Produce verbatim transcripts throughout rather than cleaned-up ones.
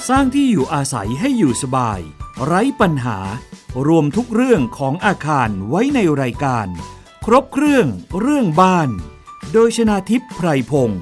สร้างที่อยู่อาศัยให้อยู่สบายไร้ปัญหารวมทุกเรื่องของอาคารไว้ในรายการครบเครื่องเรื่องบ้านโดยชนาทิพย์ไพรพงศ์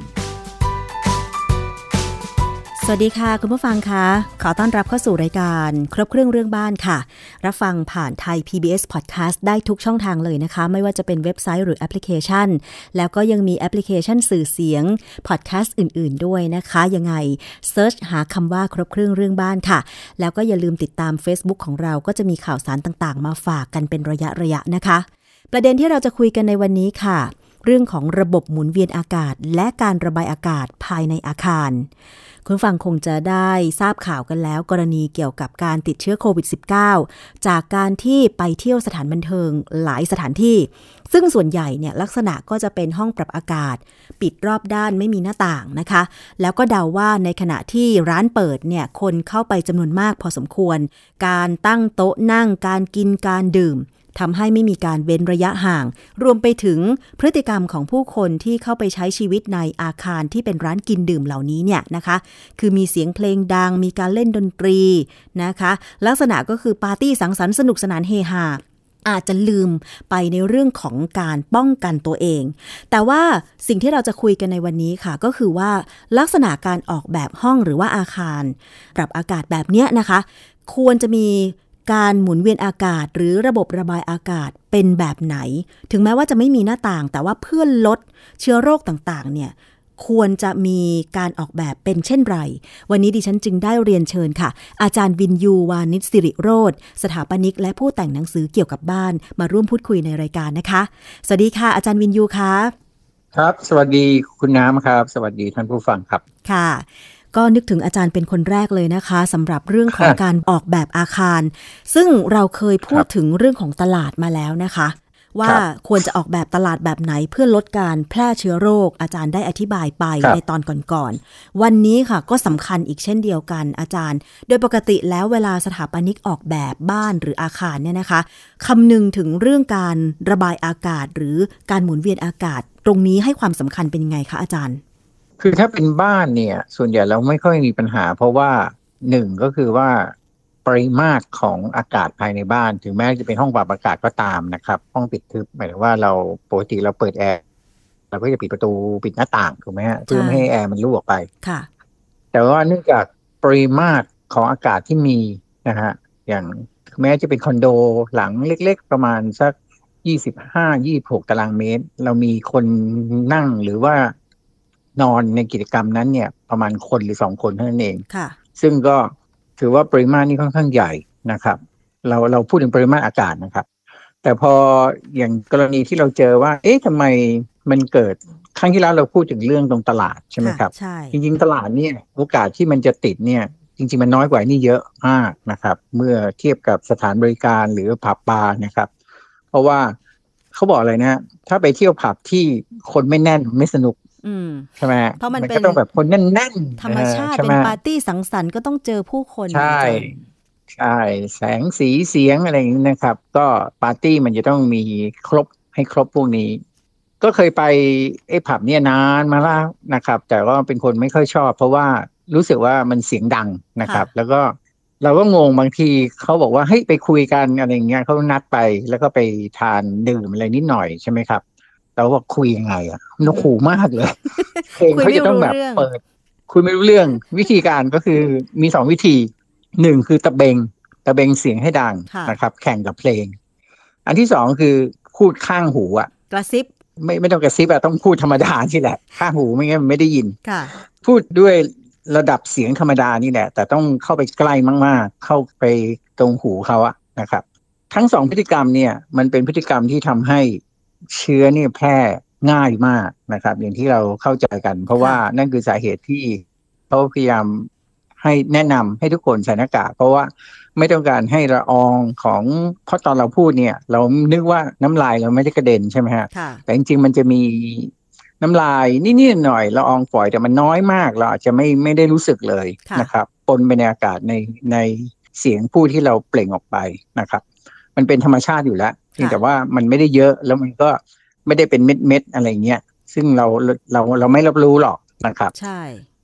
สวัสดีค่ะคุณผู้ฟังคะขอต้อนรับเข้าสู่รายการครบเครื่องเรื่องบ้านค่ะรับฟังผ่านไทย พี บี เอส Podcast ได้ทุกช่องทางเลยนะคะไม่ว่าจะเป็นเว็บไซต์หรือแอปพลิเคชันแล้วก็ยังมีแอปพลิเคชันสื่อเสียง Podcast อื่นๆด้วยนะคะยังไงเซิร์ชหาคำว่าครบเครื่องเรื่องบ้านค่ะแล้วก็อย่าลืมติดตาม Facebook ของเราก็จะมีข่าวสารต่างๆมาฝากกันเป็นระยะๆนะคะประเด็นที่เราจะคุยกันในวันนี้ค่ะเรื่องของระบบหมุนเวียนอากาศและการระบายอากาศภายในอาคารคุณฟังคงจะได้ทราบข่าวกันแล้วกรณีเกี่ยวกับการติดเชื้อโควิด สิบเก้า จากการที่ไปเที่ยวสถานบันเทิงหลายสถานที่ซึ่งส่วนใหญ่เนี่ยลักษณะก็จะเป็นห้องปรับอากาศปิดรอบด้านไม่มีหน้าต่างนะคะแล้วก็เดาว่าในขณะที่ร้านเปิดเนี่ยคนเข้าไปจำนวนมากพอสมควรการตั้งโต๊ะนั่งการกินการดื่มทำให้ไม่มีการเว้นระยะห่างรวมไปถึงพฤติกรรมของผู้คนที่เข้าไปใช้ชีวิตในอาคารที่เป็นร้านกินดื่มเหล่านี้เนี่ยนะคะคือมีเสียงเพลงดังมีการเล่นดนตรีนะคะลักษณะก็คือปาร์ตี้สังสรรค์สนุกสนานเฮฮาอาจจะลืมไปในเรื่องของการป้องกันตัวเองแต่ว่าสิ่งที่เราจะคุยกันในวันนี้ค่ะก็คือว่าลักษณะการออกแบบห้องหรือว่าอาคารปรับอากาศแบบนี้นะคะควรจะมีการหมุนเวียนอากาศหรือระบบระบายอากาศเป็นแบบไหนถึงแม้ว่าจะไม่มีหน้าต่างแต่ว่าเพื่อลดเชื้อโรคต่างๆเนี่ยควรจะมีการออกแบบเป็นเช่นไรวันนี้ดิฉันจึงได้เรียนเชิญค่ะอาจารย์วินยูวานิชสิริโรจน์สถาปนิกและผู้แต่งหนังสือเกี่ยวกับบ้านมาร่วมพูดคุยในรายการนะคะสวัสดีค่ะอาจารย์วินยูค่ะครับสวัสดีคุณน้ำครับสวัสดีท่านผู้ฟังครับค่ะก็นึกถึงอาจารย์เป็นคนแรกเลยนะคะสำหรับเรื่องของการออกแบบอาคารซึ่งเราเคยพูดถึงเรื่องของตลาดมาแล้วนะคะว่าควรจะออกแบบตลาดแบบไหนเพื่อลดการแพร่เชื้อโรคอาจารย์ได้อธิบายไปในตอนก่อนๆวันนี้ค่ะก็สำคัญอีกเช่นเดียวกันอาจารย์โดยปกติแล้วเวลาสถาปนิกออกแบบบ้านหรืออาคารเนี่ยนะคะคำนึงถึงเรื่องการระบายอากาศหรือการหมุนเวียนอากาศตรงนี้ให้ความสำคัญเป็นยังไงคะอาจารย์คือถ้าเป็นบ้านเนี่ยส่วนใหญ่เราไม่ค่อยมีปัญหาเพราะว่าหนึ่งก็คือว่าปริมาตรของอากาศภายในบ้านถึงแม้จะเป็นห้องปรับอากาศก็ตามนะครับห้องปิดทึบหมายถึงว่าเราปกติเราเปิดแอร์เราก็จะปิดประตูปิดหน้าต่างถูกไหมฮะเพื่อไม่ให้แอร์มันรั่วออกไปค่ะแต่ว่าเนื่องจากปริมาตรของอากาศที่มีนะฮะอย่างแม้จะเป็นคอนโดหลังเล็กๆประมาณสักยี่สิบห้า ยี่สิบหกตารางเมตรเรามีคนนั่งหรือว่านอนในกิจกรรมนั้นเนี่ยประมาณคนหรือสองคนเท่านั้นเองค่ะซึ่งก็ถือว่าปริมาณนี้ค่อนข้างใหญ่นะครับเราเราพูดถึงปริมาณอากาศนะครับแต่พออย่างกรณีที่เราเจอว่าเอ๊ะทำไมมันเกิดครั้งที่แล้วเราพูดถึงเรื่องตรงตลาดใช่ไหมครับใช่จริงๆตลาดเนี่ยโอกาสที่มันจะติดเนี่ยจริงๆมันน้อยกว่านี่เยอะมากนะครับเมื่อเทียบกับสถานบริการหรือผับบาร์นะครับเพราะว่าเขาบอกอะไรนะถ้าไปเที่ยวผับที่คนไม่แน่นไม่สนุกใช่ไหมเพราะมันก็ต้องแบบคนแน่นๆธรรมชาติเป็นปาร์ตี้สังสรรค์ก็ต้องเจอผู้คนใช่ใช่แสงสีเสียงอะไรอย่างนี้นะครับก็ปาร์ตี้มันจะต้องมีครบให้ครบพวกนี้ก็เคยไปไอ้ผับเนี่ยนานมาแล้วนะครับแต่ว่าเป็นคนไม่ค่อยชอบเพราะว่ารู้สึกว่ามันเสียงดังนะครับแล้วก็เราก็งงบางทีเขาบอกว่าเฮ้ยไปคุยกันอะไรอย่างเงี้ยเขานัดไปแล้วก็ไปทานดื่มอะไรนิดหน่อยใช่ไหมครับเราบอกคุยยังไงอ่ะนกหูมากเลยเพลงเขาจะต้องแบบเปิดคุยไม่รู้เรื่องวิธีการก็คือมีสองวิธีหนึ่งคือตะเบงตะเบงเสียงให้ดังนะครับแข่งกับเพลงอันที่สองคือพูดข้างหูอ่ะกระซิบไม่ไม่ต้องกระซิบอ่ะต้องพูดธรรมดาที่แหละข้างหูไม่งั้นมันไม่ได้ยินพูดด้วยระดับเสียงธรรมดานี่แหละแต่ต้องเข้าไปใกล้มากๆเข้าไปตรงหูเขาอะนะครับทั้งสองพฤติกรรมเนี่ยมันเป็นพฤติกรรมที่ทำให้เชื้อเนี่ยแพร่ง่ายมากนะครับอย่างที่เราเข้าใจกันเพราะว่านั่นคือสาเหตุที่เขาพยายามให้แนะนำให้ทุกคนใส่หน้ากากเพราะว่าไม่ต้องการให้ละอองของเพราะตอนเราพูดเนี่ยเรานึกว่าน้ำลายเราไม่ได้กระเด็นใช่ไหมฮะแต่จริงๆมันจะมีน้ำลายนิดๆหน่อยละอองฝอยแต่มันน้อยมากเราอาจจะไม่ไม่ได้รู้สึกเลยนะครับปนไปในอากาศในในเสียงพูดที่เราเปล่งออกไปนะครับมันเป็นธรรมชาติอยู่แล้วเพียงแต่ว่ามันไม่ได้เยอะแล้วมันก็ไม่ได้เป็นเม็ดๆอะไรเงี้ยซึ่งเราเราเราไม่รับรู้หรอกนะครับใช่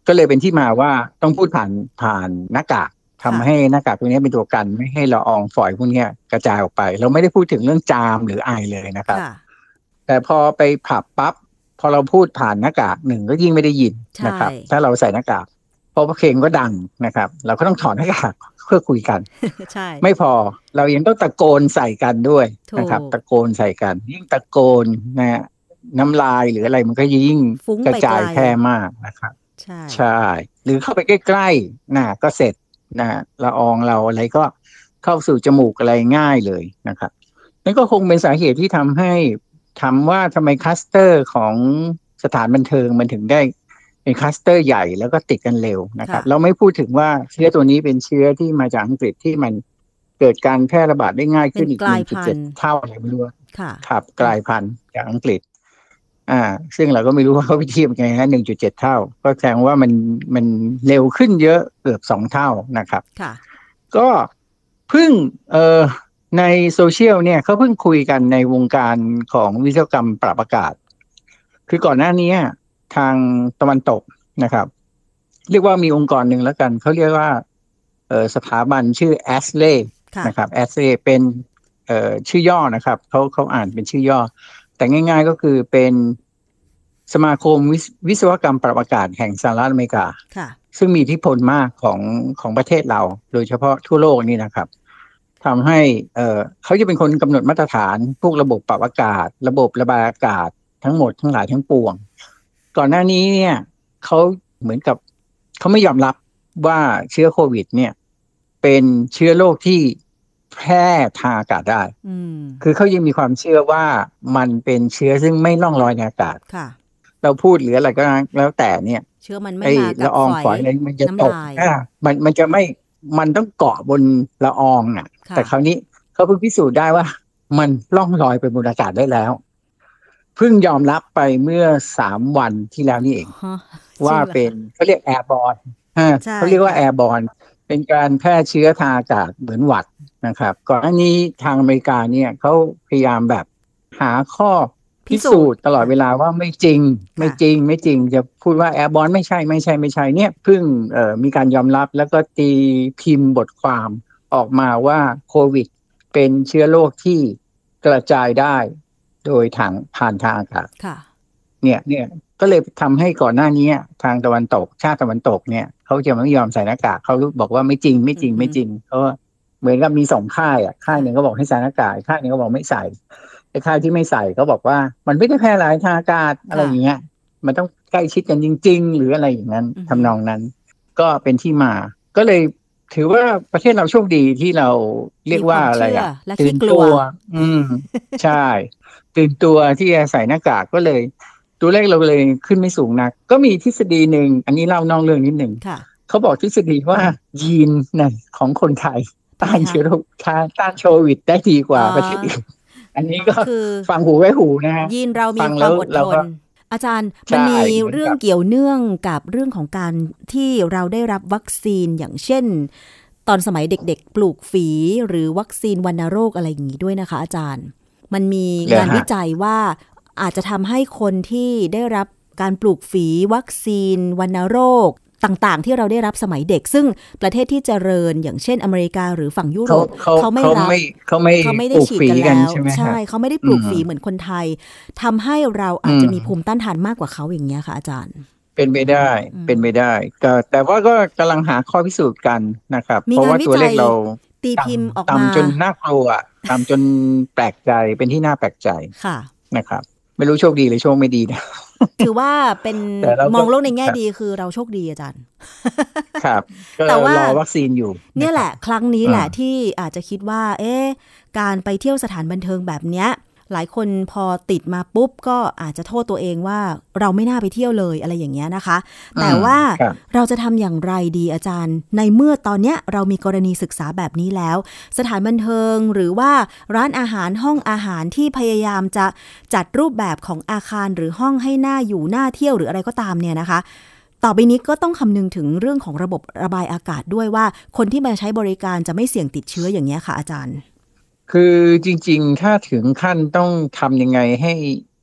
ก็เลยเป็นที่มาว่าต้องพูดผ่านผ่านหน้ากากทำให้หน้ากากตัวนี้เป็นตัวกันไม่ให้ละอองฝอยพวกนี้กระจายออกไปเราไม่ได้พูดถึงเรื่องจามหรือไอเลยนะครับแต่พอไปผับปั๊บพอเราพูดผ่านหน้ากากหนึ่งก็ยิ่งไม่ได้ยินนะครับถ้าเราใส่หน้ากากพอเพลงก็ดังนะครับเราก็ต้องถอดหน้ากากเพื่อคุยกัน ไม่พอเรายังต้องตะโกนใส่กันด้วยนะครับตะโกนใส่กันยิ่งตะโกนนะน้ำลายหรืออะไรมันก็ยิ่งกระจายแพร่มากนะครับใช่ใช่หรือเข้าไปใกล้ๆนะก็เสร็จนะละอองเราอะไรก็เข้าสู่จมูกอะไรง่ายเลยนะครับนั่นก็คงเป็นสาเหตุที่ทำให้ถามว่าทำไมคลัสเตอร์ของสถานบันเทิงมันถึงได้เป็นคลัสเตอร์ใหญ่แล้วก็ติดกันเร็วนะครับเราไม่พูดถึงว่าเชื้อตัวนี้เป็นเชื้อที่มาจากอังกฤษที่มันเกิดการแพร่ระบาดได้ง่ายขึ้นอีก หนึ่งจุดเจ็ด เท่าอะไรไม่รู้ครับกลายพันธุ์จากอังกฤษอ่าซึ่งเราก็ไม่รู้ว่าเขาไปเทียบยังไงนะ หนึ่งจุดเจ็ด เท่าก็แสดงว่ามันมันเร็วขึ้นเยอะเกือบสองเท่านะครับค่ะก็เพิ่งเอ่อในโซเชียลเนี่ยเขาเพิ่งคุยกันในวงการของวิศวกรรมปรับอากาศคือก่อนหน้านี้ทางตะวันตกนะครับเรียกว่ามีองค์กรหนึ่งแล้วกันเขาเรียกว่าเอ่อสถาบันชื่อ เอส เอ นะครับ เอส เอ เป็นเอ่อชื่อย่อนะครับเขาเขาอ่านเป็นชื่อย่อแต่ง่ายๆก็คือเป็นสมาคมวิศวกรรมปรับอากาศแห่งสหรัฐอเมริกาซึ่งมีอิทธิพลมากของของประเทศเราโดยเฉพาะทั่วโลกนี่นะครับทำให้เอ่อเขาจะเป็นคนกำหนดมาตรฐานพวกระบบปรับอากาศระบบระบายอากาศทั้งหมดทั้งหลายทั้งปวงก่อนหน้านี้เนี่ยเขาเหมือนกับเขาไม่ยอมรับว่าเชื้อโควิดเนี่ยเป็นเชื้อโรคที่แพร่ทางอากาศได้คือเขายังมีความเชื่อว่ามันเป็นเชื้อซึ่งไม่ล่องลอยในอากาศเราพูดหรืออะไรก็แล้วแต่เนี่ยเชื้อมันไม่มากับละอองฝอยอะไรมันจะตกมันมันจะไม่มันต้องเกาะบนละอองอ่ะแต่คราวนี้เขาเพิ่งพิสูจน์ได้ว่ามันล่องลอยไปบนอากาศได้แล้วเพิ่งยอมรับไปเมื่อสามวันที่แล้วนี่เองว่าเป็นเขาเรียกแอร์บอร์นเขาเรียกว่าแอร์บอร์นเป็นการแพร่เชื้อทางอากาศเหมือนหวัดนะครับก่อนหน้านี้ทางอเมริกาเนี่ยเขาพยายามแบบหาข้อพิสูจน์ตลอดเวลาว่าไม่จริงไม่จริงไม่จริงจะพูดว่าแอร์บอร์นไม่ใช่ไม่ใช่ไม่ใช่เนี่ยเพิ่งเอ่อมีการยอมรับแล้วก็ตีพิมพ์บทความออกมาว่าโควิดเป็นเชื้อโรคที่กระจายได้โดยทางผ่านทางอากาศเนี่ยเนี่ยก็เลยทำให้ก่อนหน้านี้ทางตะวันตกชาติตะวันตกเนี่ยเขาจะไม่ยอมใส่หน้ากากเขาบอกว่าไม่จริงไม่จริงไม่จริงเพราะเหมือนกับมีสองค่ายอ่ะค่ายหนึ่งก็บอกให้ใส่หน้ากากค่ายหนึ่งก็บอกไม่ใส่ไอ้ค่ายที่ไม่ใส่ก็บอกว่ามันไม่ได้แพร่หลายทางอากาศอะไรอย่างเงี้ยมันต้องใกล้ชิดกันจริงๆหรืออะไรอย่างนั้นทำนองนั้นก็เป็นที่มาก็เลยถือว่าประเทศเราโชคดีที่เราเรียกว่าอะไรอ่ะตื่นตัวอืมใช่ตื่นตัวที่จะใส่หน้ากากก็เลยตัวเลขเราเลยขึ้นไม่สูงนักก็มีทฤษฎีหนึ่งอันนี้เล่านอกเรื่องนิดหนึ่งเขาบอกทฤษฎีว่ายีนนะของคนไทยต้านเชื้อโรคต้านโควิดได้ดีกว่าประเทศอื่นอันนี้ก็ฟังหูไว้หูนะฮะยีนเรามีความอดทนอาจารย์มันมีเรื่องเกี่ยวเนื่องกับเรื่องของการที่เราได้รับวัคซีนอย่างเช่นตอนสมัยเด็กๆปลูกฝีหรือวัคซีนวัณโรคอะไรอย่างนี้ด้วยนะคะอาจารย์มันมีงานวิจัยว่าอาจจะทำให้คนที่ได้รับการปลูกฝีวัคซีนวัณโรคต่างๆที่เราได้รับสมัยเด็กซึ่งประเทศที่เจริญอย่างเช่นอเมริกาหรือฝั่งยุโรปเขาไม่รับเขาไม่เขาไม่ได้ฉีดกันแล้วใช่เขาไม่ได้ปลูกฝีเหมือนคนไทยทำให้เราอาจจะมีภูมิต้านทานมากกว่าเขาอย่างเงี้ยค่ะอาจารย์เป็นไปได้เป็นไปได้ก็แต่ว่าก็กำลังหาข้อพิสูจน์กันนะครับเพราะว่าตัวเลขเราตีพิมพ์ออกมาต่ำจนน่ากลัวต่ำจนแปลกใจเป็นที่น่าแปลกใจค่ะนะครับไม่รู้โชคดีหรือโชคไม่ดีนะถือว่าเป็นมองโลกในแง่ดีคือเราโชคดีอาจารย์ครับแต่ว่ารอวัคซีนอยู่เนี่ยแหละครั้งนี้แหละที่อาจจะคิดว่าเอ๊ะการไปเที่ยวสถานบันเทิงแบบเนี้ยหลายคนพอติดมาปุ๊บก็อาจจะโทษตัวเองว่าเราไม่น่าไปเที่ยวเลยอะไรอย่างเงี้ยนะคะแต่ว่าเราจะทำอย่างไรดีอาจารย์ในเมื่อตอนเนี้ยเรามีกรณีศึกษาแบบนี้แล้วสถานบันเทิงหรือว่าร้านอาหารห้องอาหารที่พยายามจะจัดรูปแบบของอาคารหรือห้องให้น่าอยู่น่าเที่ยวหรืออะไรก็ตามเนี่ยนะคะต่อไปนี้ก็ต้องคำนึงถึงเรื่องของระบบระบายอากาศด้วยว่าคนที่มาใช้บริการจะไม่เสี่ยงติดเชื้ออย่างเงี้ยค่ะอาจารย์คือจริงๆถ้าถึงขั้นต้องทำยังไงให้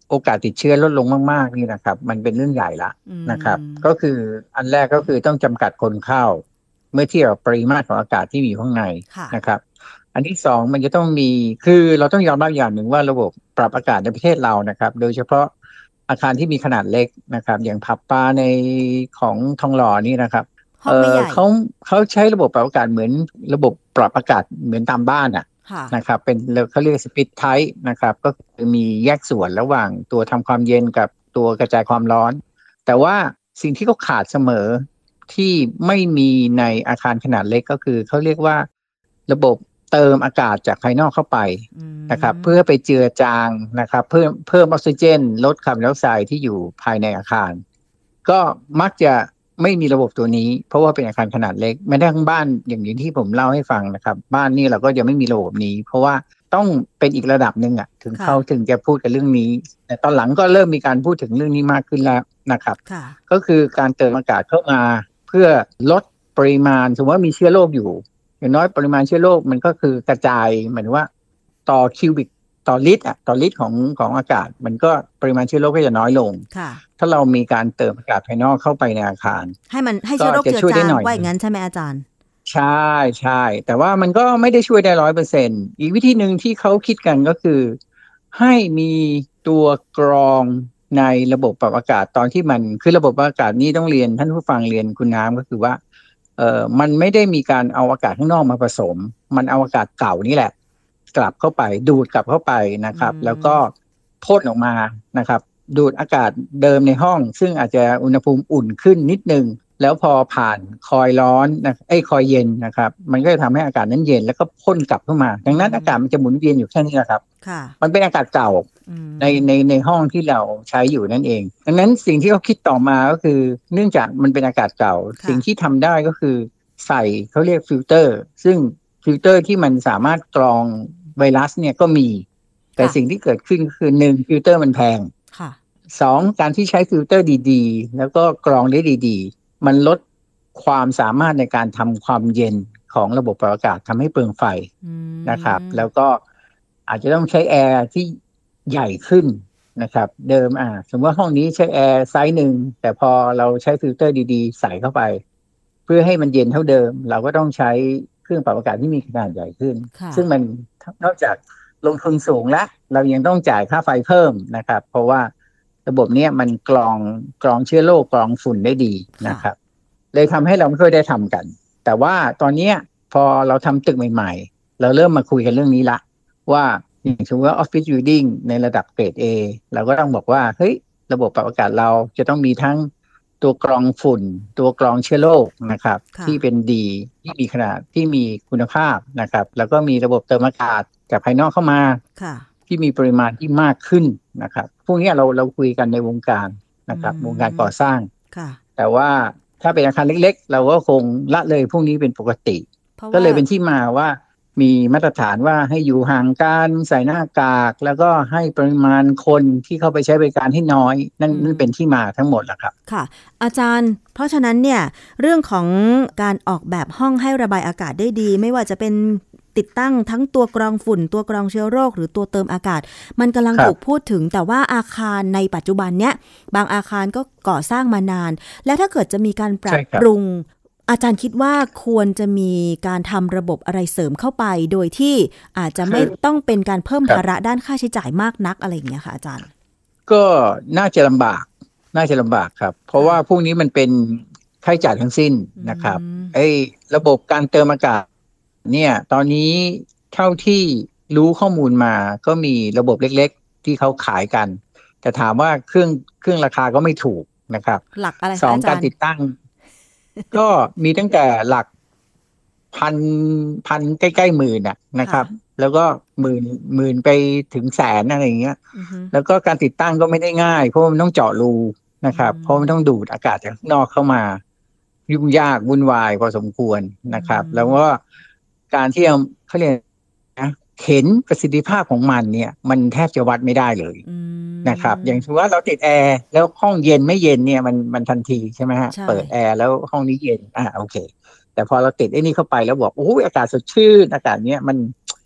โอกาสติดเชื้อลดลงมากๆนี่นะครับมันเป็นเรื่องใหญ่ละนะครับก็คืออันแรกก็คือต้องจำกัดคนเข้าเมื่อเทียบกับปริมาตรของอากาศที่มีอยู่ข้างในนะครับอันที่สองมันจะต้องมีคือเราต้องยอมรับอย่างหนึ่งว่าระบบปรับอากาศในประเทศเรานะครับโดยเฉพาะอาคารที่มีขนาดเล็กนะครับอย่างผับบาร์ในของทองหล่อนี่นะครับเออเขาเขาใช้ระบบปรับอากาศเหมือนระบบปรับอากาศเหมือนตามบ้านอ่ะนะครับเป็นเขาเรียกสปิทไทป์นะครับก็คือมีแยกส่วนระหว่างตัวทำความเย็นกับตัวกระจายความร้อนแต่ว่าสิ่งที่เขาขาดเสมอที่ไม่มีในอาคารขนาดเล็กก็คือเขาเรียกว่าระบบเติมอากาศจากภายนอกเข้าไปนะครับเพื่อไปเจือจางนะครับเพิ่มเพิ่มออกซิเจนลดคาร์บอนไดออกไซด์ที่อยู่ภายในอาคารก็มักจะไม่มีระบบตัวนี้เพราะว่าเป็นอาคารขนาดเล็กไม่ได้ทั้งบ้านอย่างนี้ที่ผมเล่าให้ฟังนะครับบ้านนี่เราก็ยังไม่มีระบบนี้เพราะว่าต้องเป็นอีกระดับหนึ่งอ่ะถึงเขาถึงจะพูดกันเรื่องนี้แต่ตอนหลังก็เริ่มมีการพูดถึงเรื่องนี้มากขึ้นแล้วนะครับก็คือการเติมอากาศเข้ามาเพื่อลดปริมาณสมมติว่ามีเชื้อโรคอยู่อย่างน้อยปริมาณเชื้อโรคมันก็คือกระจายเหมือนว่าต่อคิวบิกต่อลิตรอ่ะต่อลิตรของของอากาศมันก็ปริมาณเชื้อโรคก็จะน้อยลงถ้าเรามีการเติมอากาศภายนอกเข้าไปในอาคารให้มันให้เชื้อโรคเจือจางว่าอย่างนั้นใช่ไหมอาจารย์ใช่ใช่แต่ว่ามันก็ไม่ได้ช่วยได้ร้อยเปอร์เซ็นต์อีกวิธีหนึ่งที่เขาคิดกันก็คือให้มีตัวกรองในระบบปรับอากาศตอนที่มันคือระบบปรับอากาศนี้ต้องเรียนท่านผู้ฟังเรียนคุณน้ำก็คือว่าเอ่อมันไม่ได้มีการเอาอากาศข้างนอกมาผสมมันเอาอากาศเก่านี่แหละกลับเข้าไปดูดกลับเข้าไปนะครับแล้วก็พ่นออกมานะครับดูดอากาศเดิมในห้องซึ่งอาจจะอุณหภูมิอุ่นขึ้นนิดนึงแล้วพอผ่านคอยร้อนนะไอ้คอยเย็นนะครับมันก็จะทำให้อากาศนั้นเย็นแล้วก็พ่นกลับเข้ามาดังนั้นอากาศมันจะหมุนเวียนอยู่แค่นี้แหละครับมันเป็นอากาศเก่าในในในห้องที่เราใช้อยู่นั่นเองดังนั้นสิ่งที่เขาคิดต่อมาก็คือเนื่องจากมันเป็นอากาศเก่าสิ่งที่ทำได้ก็คือใส่เขาเรียกฟิลเตอร์ซึ่งฟิลเตอร์ที่มันสามารถกรองไวรัสเนี่ยก็มีแต่สิ่งที่เกิดขึ้นก็คือหนึ่งฟิลเตอร์มันแพงสองการที่ใช้ฟิลเตอร์ดีๆแล้วก็กรองได้ดีๆมันลดความสามารถในการทำความเย็นของระบบปรับอากาศทำให้เปลืองไฟนะครับแล้วก็อาจจะต้องใช้แอร์ที่ใหญ่ขึ้นนะครับเดิมอ่าสมมติว่าห้องนี้ใช้แอร์ไซส์หนึ่งแต่พอเราใช้ฟิลเตอร์ดีๆใส่เข้าไปเพื่อให้มันเย็นเท่าเดิมเราก็ต้องใช้เครื่องปรับอากาศที่มีขนาดใหญ่ขึ้นซึ่งมันนอกจากลงทุนสูงแล้วเรายังต้องจ่ายค่าไฟเพิ่มนะครับเพราะว่าระบบนี้มันกรองกรองเชื้อโรคกรองฝุ่นได้ดีนะครับเลยทำให้เราไม่ค่อยได้ทำกันแต่ว่าตอนนี้พอเราทำตึกใหม่ๆเราเริ่มมาคุยกันเรื่องนี้ละว่าอย่างเช่นว่า Office Building ในระดับเกรด A เราก็ต้องบอกว่าเฮ้ยระบบปรับอากาศเราจะต้องมีทั้งตัวกรองฝุ่นตัวกรองเชื้อโรคนะครับที่เป็นดีที่มีขนาดที่มีคุณภาพนะครับแล้วก็มีระบบเติมอากาศจากภายนอกเข้ามาที่มีปริมาณที่มากขึ้นนะครับพวกนี้เราเราคุยกันในวงการนะครับวงการก่อสร้างแต่ว่าถ้าเป็นอาคารเล็กๆเราก็คงละเลยพวกนี้เป็นปกติก็เลยเป็นที่มาว่ามีมาตรฐานว่าให้อยู่ห่างกันใส่หน้ากากแล้วก็ให้ปริมาณคนที่เข้าไปใช้บริการให้น้อยนั่นนั่นเป็นที่มาทั้งหมดแหละครับค่ะอาจารย์เพราะฉะนั้นเนี่ยเรื่องของการออกแบบห้องให้ระบายอากาศได้ดีไม่ว่าจะเป็นติดตั้งทั้งตัวกรองฝุ่นตัวกรองเชื้อโรคหรือตัวเติมอากาศมันกำลังถูกพูดถึงแต่ว่าอาคารในปัจจุบันเนี้ยบางอาคารก็ก่อสร้างมานานและถ้าเกิดจะมีการปรับปรุงอาจารย์คิดว่าควรจะมีการทำระบบอะไรเสริมเข้าไปโดยที่อาจจะไม่ต้องเป็นการเพิ่มภาระด้านค่าใช้จ่ายมากนักอะไรอย่างเงี้ยค่ะอาจารย์ก็น่าจะลำบากน่าจะลำบากครับเพราะว่าพวกนี้มันเป็นค่าใช้จ่ายทั้งสิ้นนะครับไอ้ระบบการเติมอากาศเนี่ยตอนนี้เท่าที่รู้ข้อมูลมาก็มีระบบเล็กๆที่เขาขายกันแต่ถามว่าเครื่องเครื่องราคาก็ไม่ถูกนะครับหลักอะไรสองการติดตั้งก็มีตั้งแต่หลักพันพันใกล้ๆหมื่นอะนะครับแล้วก็หมื่นหมื่นไปถึงแสนอะไรอย่างเงี้ยแล้วก็การติดตั้งก็ไม่ได้ง่ายเพราะมันต้องเจาะรูนะครับเพราะมันต้องดูดอากาศจากข้างนอกเข้ามายุ่งยากวุ่นวายพอสมควรนะครับแล้วก็การที่เขาเรียกนะเห็นประสิทธิภาพของมันเนี่ยมันแทบจะวัดไม่ได้เลยนะครับอย่างเช่นว่าเราติดแอร์แล้วห้องเย็นไม่เย็นเนี่ยมันมันทันทีใช่ไหมฮะเปิดแอร์แล้วห้องนี้เย็นอ่าโอเคแต่พอเราติดไอ้นี่เข้าไปแล้วบอกโอ้ยอากาศสดชื่นอากาศเนี้ยมันม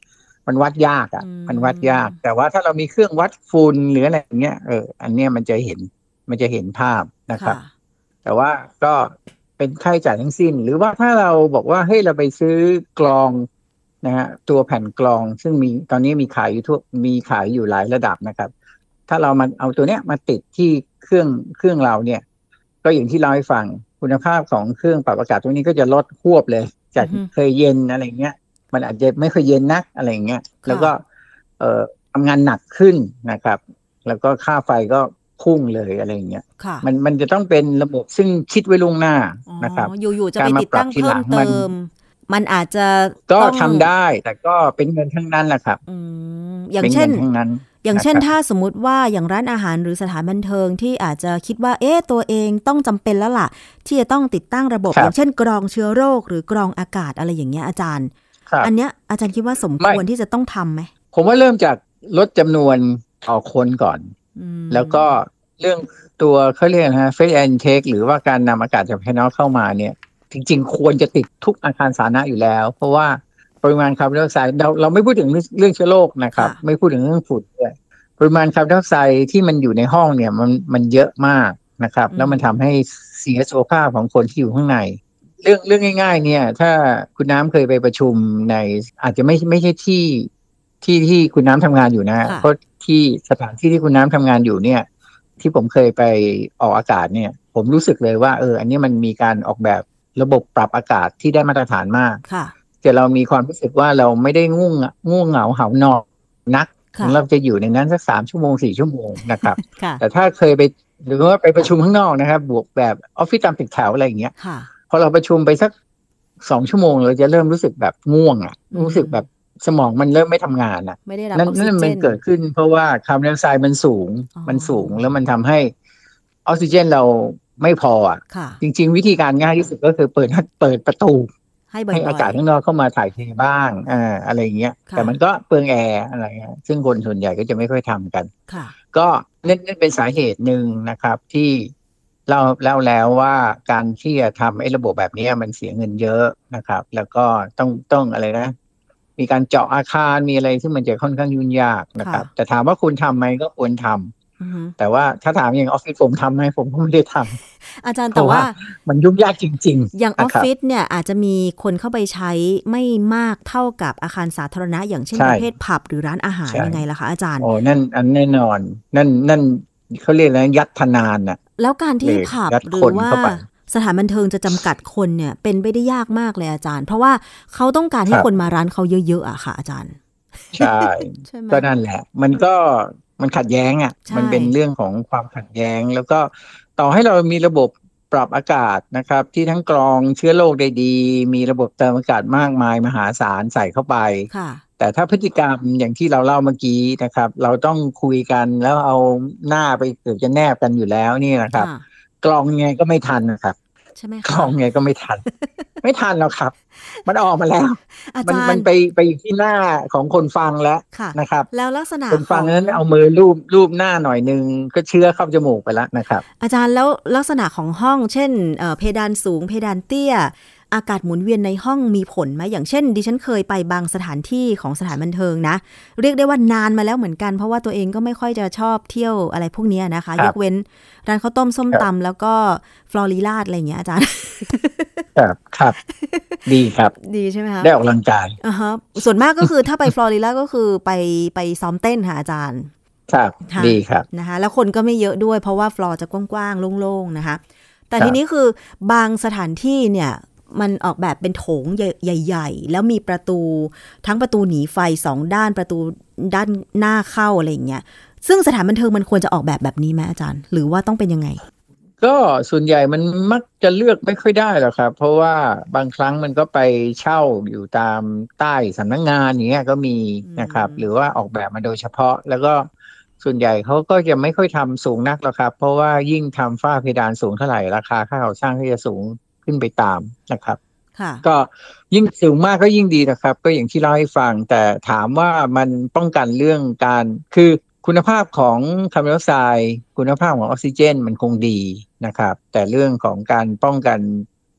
มันวัดยากอ่ะมันวัดยากแต่ว่าถ้าเรามีเครื่องวัดฝุ่นหรืออะไรอย่างเงี้ยเอออันเนี้ยมันจะเห็นมันจะเห็นภาพนะครับแต่ว่าก็เป็นค่าใช้จ่ายทั้งสิ้นหรือว่าถ้าเราบอกว่าเฮ้ยเราไปซื้อกลองนะฮะตัวแผ่นกลองซึ่งมีตอนนี้มีขายอยู่ทั่วมีขายอยู่หลายระดับนะครับถ้าเรามาเอาตัวเนี้ยมาติดที่เครื่องเครื่องเราเนี่ยก็อย่างที่เราให้ฟังคุณภาพของเครื่องปรับอากาศตัวนี้ก็จะลดควบเลยจากเคยเย็นอะไรเงี้ยมันอาจจะไม่ค่อยเย็นนักอะไรเงี้ยแล้วก็เอ่อทำงานหนักขึ้นนะครับแล้วก็ค่าไฟก็พุ่งเลยอะไรเงี้ยมันมันจะต้องเป็นระบบซึ่งคิดไว้ล่วงหน้านะครับอยู่ๆจะไปติดตั้งเพิ่มเติมมันอาจจะก็ทำได้แต่ก็เป็นเงินทั้งนั้นแหละครับอย่างเช่นอย่างเช่นถ้าสมมุติว่าอย่างร้านอาหารหรือสถานบันเทิงที่อาจจะคิดว่าเอ๊ะตัวเองต้องจำเป็นแล้วล่ะที่จะต้องติดตั้งระบบอย่างเช่นกรองเชื้อโรคหรือกรองอากาศอะไรอย่างเงี้ยอาจารย์อันเนี้ยอาจารย์คิดว่าสมควรที่จะต้องทำไหมผมว่าเริ่มจากลดจำนวนต่อคนก่อนแล้วก็เรื่องตัวเขาเรียกนะฮะ Fresh Air Intake หรือว่าการนำอากาศจากภายนอกเข้ามาเนี่ยจริงๆควรจะติดทุกอาคารสาธารณะอยู่แล้วเพราะว่าปริมาณคาร์บอนไดออกไซด์เราเราไม่พูดถึงเรื่องเชื้อโรคนะครับไม่พูดถึงเรื่องฝุ่นด้วยปริมาณคาร์บอนไดออกไซด์ที่มันอยู่ในห้องเนี่ยมันมันเยอะมากนะครับแล้วมันทำให้เสียสุขภาพของคนที่อยู่ข้างในเรื่องเรื่องง่ายๆเนี่ยถ้าคุณน้ำเคยไปประชุมในอาจจะไม่ไม่ใช่ที่ที่ที่คุณน้ำทำงานอยู่นะเพราะที่สถานที่ที่คุณน้ำทำงานอยู่เนี่ยที่ผมเคยไปออกอากาศเนี่ยผมรู้สึกเลยว่าเอออันนี้มันมีการออกแบบระบบปรับอากาศที่ได้มาตรฐานมากแต่เรามีความรู้สึกว่าเราไม่ได้ง่วงง่วงเหงาเหานอนนักเราจะอยู่ในนั้นสักสามชั่วโมงสี่ชั่วโมงนะครับแต่ถ้าเคยไปหรือว่าไปประชุมข้างนอกนะครับบวกแบบออฟฟิศตามตึกแถวอะไรอย่างเงี้ยพอเราประชุมไปสักสองชั่วโมงเราจะเริ่มรู้สึกแบบง่วงอ่ะรู้สึกแบบสมองมันเริ่มไม่ทำงานอ่ะนั่นนั่นมันเกิดขึ้นเพราะว่าคาร์บอนไดออกไซด์มันสูงมันสูงแล้วมันทำให้ออกซิเจนเราไม่พออ่ะจริงๆวิธีการง่ายที่สุดก็คือเปิดเปิดประตูให้อากาศข้างนอกเข้ามาถ่ายเทบ้างอ่าอะไรอย่างเงี้ยแต่มันก็เปลืองแอร์อะไรเงี้ยซึ่งคนส่วนใหญ่ก็จะไม่ค่อยทำกันก็นั่นนั่นเป็นสาเหตุหนึ่งนะครับที่เล่าเล่าแล้วว่าการที่จะทำไอ้ระบบแบบนี้มันเสียเงินเยอะนะครับแล้วก็ต้องต้องอะไรนะมีการเจาะอาคารมีอะไรซึ่งมันจะค่อนข้างยุ่งยากนะครับแต่ถามว่าคุณทำไหมก็ควรทำแต่ว่าถ้าถามอย่างออฟฟิศผมทำไหมผมก็ไม่ได้ทำอาจารย์แต่ว่ามันยุ่งยากจริงๆอย่างออฟฟิศเนี่ยอาจจะมีคนเข้าไปใช้ไม่มากเท่ากับอาคารสาธารณะอย่างเช่นประเภทผับหรือร้านอาหารยังไงล่ะคะอาจารย์โอ้นั่นอันแน่นอนนั่นนั่นเขาเรียกอะไรยัดทนานน่ะแล้วการที่ผับหรือว่าสถานบันเทิงจะจำกัดคนเนี่ยเป็นไปได้ยากมากเลยอาจารย์เพราะว่าเขาต้องการให้คนมาร้านเขาเยอะๆอะค่ะอาจารย์ใช่ก็นั่นแหละมันก็มันขัดแย้งอ่ะมันเป็นเรื่องของความขัดแย้งแล้วก็ต่อให้เรามีระบบปรับอากาศนะครับที่ทั้งกรองเชื้อโรคได้ดีมีระบบเติมอากาศมากมายมหาศาลใส่เข้าไปแต่ถ้าพฤติกรรมอย่างที่เราเล่าเมื่อกี้นะครับเราต้องคุยกันแล้วเอาหน้าไปเกือบจะแนบกันอยู่แล้วนี่นะครับกรองไงก็ไม่ทันนะครับใช่ไหมกรองไงก็ไม่ทันไม่ทันแล้วครับมันออกมาแล้วมันมันไปไปอยู่ที่หน้าของคนฟังแล้วนะครับแล้วลักษณะคนฟังนั้นเอามือลูบลูบหน้าหน่อยนึงก็เชื้อเข้าจมูกไปแล้วนะครับอาจารย์แล้วลักษณะของห้องเช่นเอ่อเพดานสูงเพดานเตี้ยอากาศหมุนเวียนในห้องมีผลไหมอย่างเช่นดิฉันเคยไปบางสถานที่ของสถานบันเทิงนะเรียกได้ว่านานมาแล้วเหมือนกันเพราะว่าตัวเองก็ไม่ค่อยจะชอบเที่ยวอะไรพวกนี้นะคะยกเว้นร้านข้าวต้มส้มตำแล้วก็ฟลอริลาดอะไรอย่างเงี้ยอาจารย์ครับครับดีครับดีใช่ไหมคะได้ออกกำลังกายอ่าฮะส่วนมากก็คือถ้าไปฟลอริลาก็คือไปไปซ้อมเต้นค่ะอาจารย์ครับดีครับนะคะแล้วคนก็ไม่เยอะด้วยเพราะว่าฟลอร์จะกว้างๆโล่งๆนะคะแต่ทีนี้คือบางสถานที่เนี่ยมันออกแบบเป็นโถงใหญ่ๆแล้วมีประตูทั้งประตูหนีไฟสองด้านประตูด้านหน้าเข้าอะไรอย่างเงี้ยซึ่งสถานบันเทิงมันควรจะออกแบบแบบนี้ไหมอาจารย์หรือว่าต้องเป็นยังไงก็ส่วนใหญ่มันมักจะเลือกไม่ค่อยได้หรอกครับเพราะว่าบางครั้งมันก็ไปเช่าอยู่ตามใต้สำนักงานอย่างเงี้ยก็มีนะครับหรือว่าออกแบบมาโดยเฉพาะแล้วก็ส่วนใหญ่เขาก็จะไม่ค่อยทำสูงนักหรอกครับเพราะว่ายิ่งทำฝ้าเพดานสูงเท่าไหร่ราคาค่าก่อสร้างก็จะสูงขึ้นไปตามนะครับก็ยิ่งสูงมากก็ยิ่งดีนะครับก็อย่างที่เล่าให้ฟังแต่ถามว่ามันป้องกันเรื่องการคือคุณภาพของคาร์บอนไดออกไซด์คุณภาพของออกซิเจนมันคงดีนะครับแต่เรื่องของการป้องกัน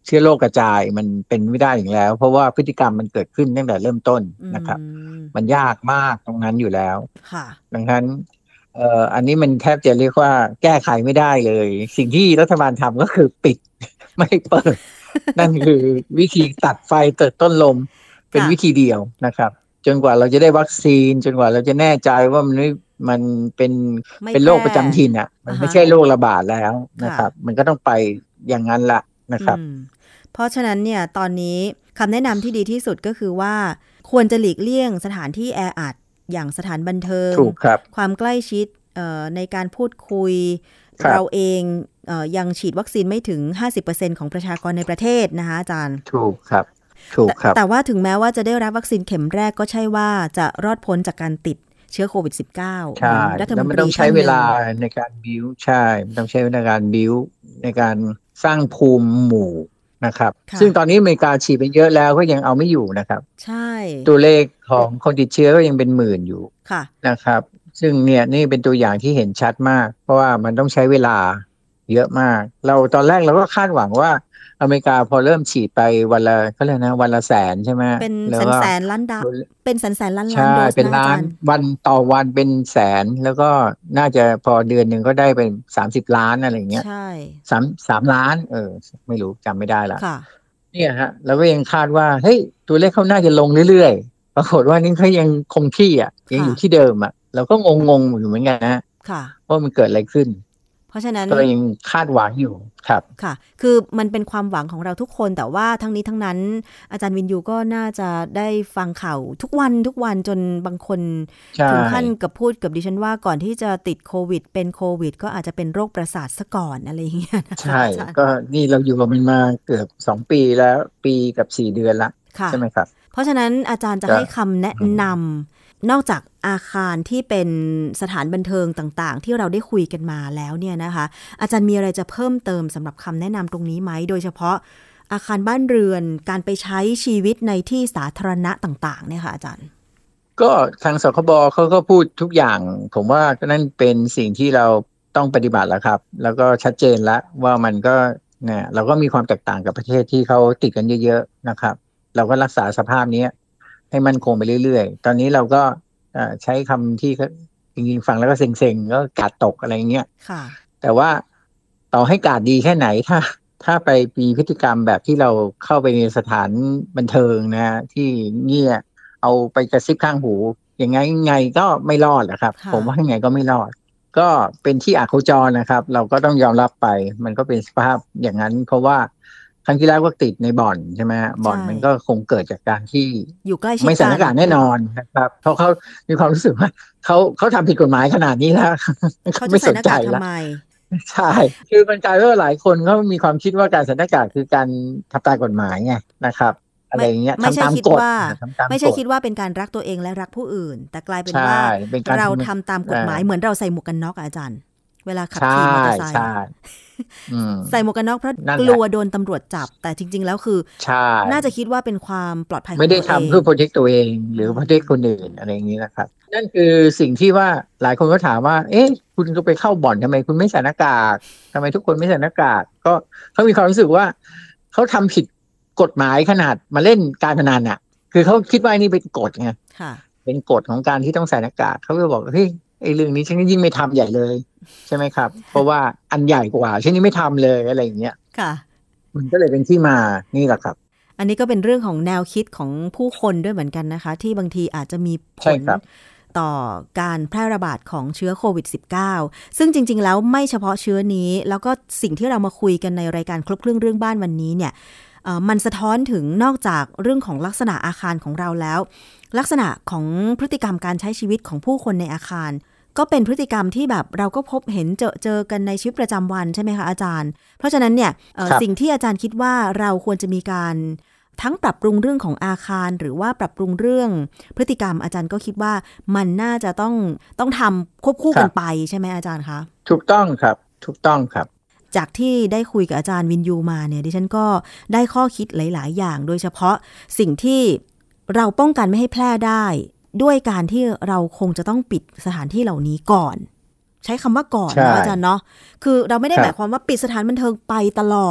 เชื้อโรคกระจายมันเป็นไม่ได้อย่างแล้วเพราะว่าพฤติกรรมมันเกิดขึ้นตั้งแต่เริ่มต้นนะครับมันยากมากตรงนั้นอยู่แล้วดังนั้นเอ่ออันนี้มันแทบจะเรียกว่าแก้ไขไม่ได้เลยสิ่งที่รัฐบาลทำก็คือปิดไม่เปิด นั่นคือวิธีตัดไฟเติดต้นลมเป็นวิธีเดียวนะครับจนกว่าเราจะได้วัคซีนจนกว่าเราจะแน่ใจว่ามันมันเป็นเป็นโรคประจำถิ่นอ่ะมันไม่ใช่โรคระบาดแล้วนะครับมันก็ต้องไปอย่างนั้นละนะครับเพราะฉะนั้นเนี่ยตอนนี้คำแนะนำที่ดีที่สุดก็คือว่าควรจะหลีกเลี่ยงสถานที่แออัดอย่างสถานบันเทิงความใกล้ชิดในการพูดคุยเราเองยังฉีดวัคซีนไม่ถึง ห้าสิบเปอร์เซ็นต์ ของประชากรในประเทศนะคะอาจารย์ถูกครับถูกครับแ, แต่ว่าถึงแม้ว่าจะได้รับวัคซีนเข็มแรกก็ใช่ว่าจะรอดพ้นจากการติดเชื้อโควิด สิบเก้าใช่แล้วมันต้องใช้เวลาในการบิ้วใช่มันต้องใช้ในการบิ้วในการสร้างภูมิหมู่นะครับซึ่งตอนนี้อเมริกาฉีดไปเยอะแล้วก็ยังเอาไม่อยู่นะครับใช่ตัวเลขของคนติดเชื้อก็ยังเป็นหมื่นอยู่นะครับซึ่งเนี่ยนี่เป็นตัวอย่างที่เห็นชัดมากเพราะว่ามันต้องใช้เวลาเยอะมากเราตอนแรกเราก็คาดหวังว่าอเมริกาพอเริ่มฉีดไปวันละก็เลยนะวันละแสนใช่ไหมเป็นแสนแสนล้านดาวเป็นแสนแสนล้านล้านโดสใช่เป็นล้านวันต่อวันเป็นแสนแล้วก็น่าจะพอเดือนหนึ่งก็ได้เป็นสามสิบล้านอะไรเงี้ยใช่สามสามล้านเออไม่รู้จำไม่ได้ละเนี่ยฮะแล้วก็ยังคาดว่าเฮ้ยตัวเลขเขาน่าจะลงเรื่อยๆปรากฏว่านี่เขายังคงที่อ่ะยังอยู่ที่เดิมอ่ะเราก็งงๆอยู่เหมือนกันนะว่ามันเกิดอะไรขึ้นเพราะฉะนั้นก็ยังคาดหวังอยู่ครับค่ะคือมันเป็นความหวังของเราทุกคนแต่ว่าทั้งนี้ทั้งนั้นอาจารย์วินยูก็น่าจะได้ฟังข่าวทุกวันทุกวันจนบางคนถึงขั้นกับพูดกับดิฉันว่าก่อนที่จะติดโควิดเป็นโควิดก็อาจจะเป็นโรคประสาทซะก่อนอะไรอย่างเงี้ยใช่ก็นี่เราอยู่กับมันมาเกือบสองปีแล้วปีกับสี่เดือนละใช่ไหมครับเพราะฉะนั้นอาจารย์จะให้คำแนะนำนอกจากอาคารที่เป็นสถานบันเทิงต่างๆที่เราได้คุยกันมาแล้วเนี่ยนะคะอาจารย์มีอะไรจะเพิ่มเติมสำหรับคำแนะนำตรงนี้ไหมโดยเฉพาะอาคารบ้านเรือนการไปใช้ชีวิตในที่สาธารณะต่างๆเนี่ยค่ะอาจารย์ก็ทางสคบเขาก็พูดทุกอย่างผมว่านั่นเป็นสิ่งที่เราต้องปฏิบัติแล้วครับแล้วก็ชัดเจนแล้วว่ามันก็เนี่ยเราก็มีความแตกต่างกับประเทศที่เขาติดกันเยอะๆนะครับเราก็รักษาสภาพนี้ให้มั่นคงไปเรื่อยๆตอนนี้เราก็ใช้คำที่จริงๆฟังแล้วก็เซ็งๆก็กาดตกอะไรเงี้ยแต่ว่าต่อให้กาดดีแค่ไหนถ้าถ้าไปมีพฤติกรรมแบบที่เราเข้าไปในสถานบันเทิงนะที่เงี้ยเอาไปกระซิบข้างหูยังไงไงก็ไม่รอดนะครับผมว่ายังไงก็ไม่รอดก็เป็นที่อโคจรนะครับเราก็ต้องยอมรับไปมันก็เป็นสภาพอย่างนั้นเพราะว่าครั้งที่แล้วก็ติดในบ่อนใช่ไหมบ่อนมันก็คงเกิดจากการที่อยู่ใกล้ชิดไม่ใส่หน้ากากแน่นอนนะครับเพราะเขามีความรู้สึกว่าเขาเขาทำผิดกฎหมายขนาดนี้แล้วเขาไม่สนใจแล้วใช่คือมันกลายว่าหลายคนเขามีความคิดว่าการใส่หน้ากากคือการทำตามกฎหมายไงนะครับอะไรอย่างเงี้ยทำตามกฎไม่ใช่คิดว่าเป็นการรักตัวเองและรักผู้อื่นแต่กลายเป็นว่าเราทำตามกฎหมายเหมือนเราใส่หมวกกันน็อกอาจารย์เวลาขับขี่มอเตอร์ไซค์ใส่หมวกกันน็อกเพราะกลัวโดนตำรวจจับแต่จริงๆแล้วคือน่าจะคิดว่าเป็นความปลอดภัยไม่ได้ทำเพื่อโปรเทคตัวเองหรือโปรเทคคนอื่นอะไรอย่างนี้นะครับนั่นคือสิ่งที่ว่าหลายคนก็ถามว่าเอ๊ะคุณก็ไปเข้าบ่อนทำไมคุณไม่ใส่หน้ากากทำไมทุกคนไม่ใส่หน้ากากก็เขามีความรู้สึกว่าเขาทำผิดกฎหมายขนาดมาเล่นการพนันอ่ะคือเขาคิดว่านี่เป็นกฎไงเป็นกฎของการที่ต้องใส่หน้ากากเขาก็บอกเฮ้ยไอ้เรื่องนี้ฉันยิ่งไม่ทำใหญ่เลยใช่ไหมครับเพราะว่าอันใหญ่กว่าฉันนี่ไม่ทำเลยอะไรอย่างเงี้ยค่ะมันก็เลยเป็นที่มานี่แหละครับอันนี้ก็เป็นเรื่องของแนวคิดของผู้คนด้วยเหมือนกันนะคะที่บางทีอาจจะมีผลต่อการแพร่ระบาดของเชื้อโควิด สิบเก้า ซึ่งจริงๆแล้วไม่เฉพาะเชื้อนี้แล้วก็สิ่งที่เรามาคุยกันในรายการครบเครื่องเรื่องบ้านวันนี้เนี่ยมันสะท้อนถึงนอกจากเรื่องของลักษณะอาคารของเราแล้วลักษณะของพฤติกรรมการใช้ชีวิตของผู้คนในอาคารก็เป็นพฤติกรรมที่แบบเราก็พบเห็นเจอเจอกันในชีวิตประจำวันใช่ไหมคะอาจารย์เพราะฉะนั้นเนี่ยสิ่งที่อาจารย์คิดว่าเราควรจะมีการทั้งปรับปรุงเรื่องของอาคารหรือว่าปรับปรุงเรื่องพฤติกรรมอาจารย์ก็คิดว่ามันน่าจะต้องต้องทำควบคู่กันไปใช่ไหมอาจารย์คะถูกต้องครับถูกต้องครับจากที่ได้คุยกับอาจารย์วินยูมาเนี่ยดิฉันก็ได้ข้อคิดหลายๆอย่างโดยเฉพาะสิ่งที่เราป้องกันไม่ให้แพร่ได้ด้วยการที่เราคงจะต้องปิดสถานที่เหล่านี้ก่อนใช้คำว่าก่อนนะอาจารย์เนาะคือเราไม่ได้หมายความว่าปิดสถานบันเทิงไปตลอด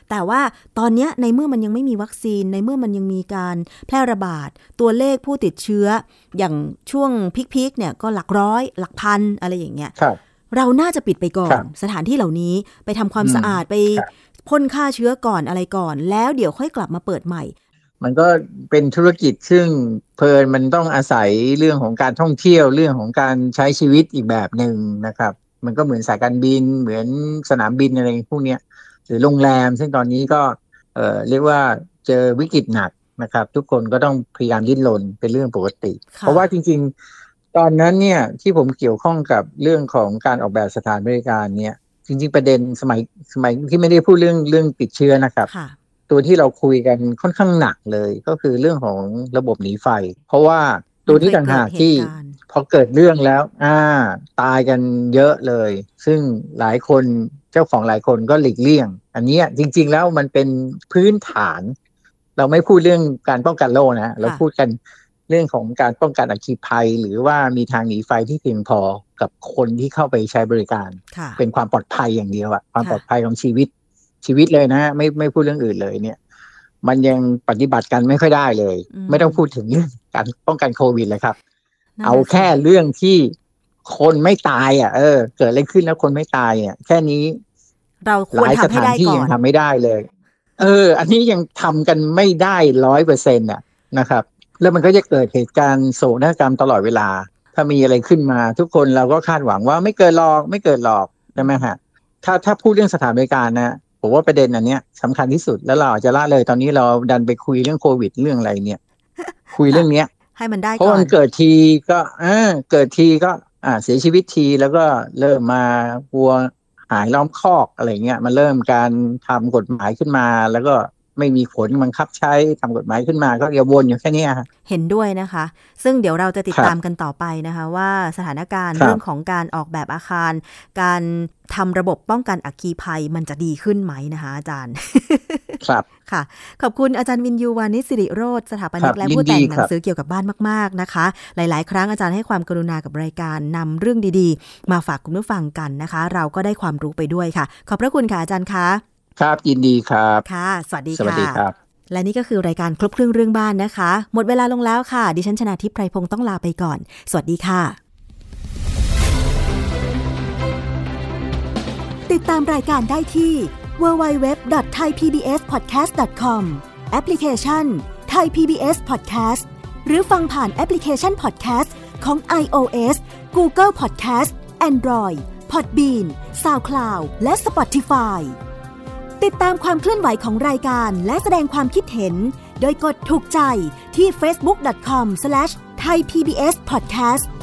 แต่ว่าตอนนี้ในเมื่อมันยังไม่มีวัคซีนในเมื่อมันยังมีการแพร่ระบาดตัวเลขผู้ติดเชื้ออย่างช่วงพีคๆเนี่ยก็หลักร้อยหลักพันอะไรอย่างเงี้ยเราน่าจะปิดไปก่อนสถานที่เหล่านี้ไปทำความสะอาดไปพ่นฆ่าเชื้อก่อนอะไรก่อนแล้วเดี๋ยวค่อยกลับมาเปิดใหม่มันก็เป็นธุรกิจซึ่งเพลินมันต้องอาศัยเรื่องของการท่องเที่ยวเรื่องของการใช้ชีวิตอีกแบบหนึ่งนะครับมันก็เหมือนสายการบินเหมือนสนามบินอะไรพวกนี้หรือโรงแรมซึ่งตอนนี้ก็เอ่อเรียกว่าเจอวิกฤตหนักนะครับทุกคนก็ต้องพยายามดิ้นรนเป็นเรื่องปกติเพราะว่าจริงๆตอนนั้นเนี่ยที่ผมเกี่ยวข้องกับเรื่องของการออกแบบสถานบริการเนี่ยจริงๆประเด็นสมัยสมัยที่ไม่ได้พูดเรื่องเรื่องติดเชื้อนะครับตัวที่เราคุยกันค่อนข้างหนักเลยก็คือเรื่องของระบบหนีไฟเพราะว่าตัวที่ต่างหากที่พอเกิดเรื่องแล้วอ่าตายกันเยอะเลยซึ่งหลายคนเจ้าของหลายคนก็หลีกเลี่ยงอันนี้จริงๆแล้วมันเป็นพื้นฐานเราไม่พูดเรื่องการป้องกันโรคนะเราพูดกันเรื่องของการป้องกันอัคคีภัยหรือว่ามีทางหนีไฟที่เพียงพอกับคนที่เข้าไปใช้บริการเป็นความปลอดภัยอย่างเดียวอะความปลอดภัยของชีวิตชีวิตเลยนะไม่ไม่พูดเรื่องอื่นเลยเนี่ยมันยังปฏิบัติกันไม่ค่อยได้เลยไม่ต้องพูดถึงเรื่องการป้องกันโควิดเลยครับเอาแค่เรื่องที่คนไม่ตายอ่ะเออเกิดอะไรขึ้นแล้วคนไม่ตายอ่ะแค่นี้เราควรทำให้ได้ก่อนหลายสถานที่ยังทำไม่ได้เลยเอออันนี้ยังทำกันไม่ได้ร้อยเปอร์เซ็นต์อ่ะนะครับแล้วมันก็จะเกิดเหตุการณ์โศกนาฏกรรมตลอดเวลาถ้ามีอะไรขึ้นมาทุกคนเราก็คาดหวังว่าไม่เกิดหรอกไม่เกิดหรอกใช่ไหมฮะถ้าถ้าพูดเรื่องสถานบริการนะผมว่าประเด็นอันเนี้ยสำคัญที่สุดแล้วเราอาจจะละเลยตอนนี้เราดันไปคุยเรื่องโควิดเรื่องอะไรเนี่ยคุยเรื่องเนี้ยให้มันได้ก่อนเพราะมันเกิดทีก็อ่าเกิดทีก็อ่าเสียชีวิตทีแล้วก็เริ่มมาวัวหายล้อมคอกอะไรเงี้ยมันเริ่มการทำกฎหมายขึ้นมาแล้วก็ไม่มีผลบังคับใช้ทำกฎหมายขึ้นมาก็เดี๋ยววนอยู่แค่นี้เห็นด้วยนะคะซึ่งเดี๋ยวเราจะติดตามกันต่อไปนะคะว่าสถานการณ์เรื่องของการออกแบบอาคารการทำระบบป้องกันอัคคีภัยมันจะดีขึ้นไหมนะคะอาจารย์ครับค่ะขอบคุณอาจารย์วินยูวานิชศิริโรจน์สถาปนิกและผู้แต่งหนังสือเกี่ยวกับบ้านมากๆนะคะหลายๆครั้งอาจารย์ให้ความกรุณากับรายการนำเรื่องดีๆมาฝากคุณผู้ฟังกันนะคะเราก็ได้ความรู้ไปด้วยค่ะขอบพระคุณค่ะอาจารย์คะครับยินดีครับค่ะสวัสดีค่ะสวัสดีครับและนี่ก็คือรายการครบเครื่องเรื่องบ้านนะคะหมดเวลาลงแล้วค่ะดิฉันชนาทิพย์ไพรพงศ์ต้องลาไปก่อนสวัสดีค่ะติดตามรายการได้ที่ ดับเบิลยู ดับเบิลยู ดับเบิลยู ดอท ไทย พี บี เอส พอดแคสต์ ดอท คอม แอปพลิเคชัน Thai พี บี เอส Podcast หรือฟังผ่านแอปพลิเคชัน Podcast ของ iOS Google Podcast Android Podbean SoundCloud และ Spotify ติดตามความเคลื่อนไหวของรายการและแสดงความคิดเห็นโดยกดถูกใจที่ เฟซบุ๊ก ดอท คอม สแลช ไทย พี บี เอส พอดแคสต์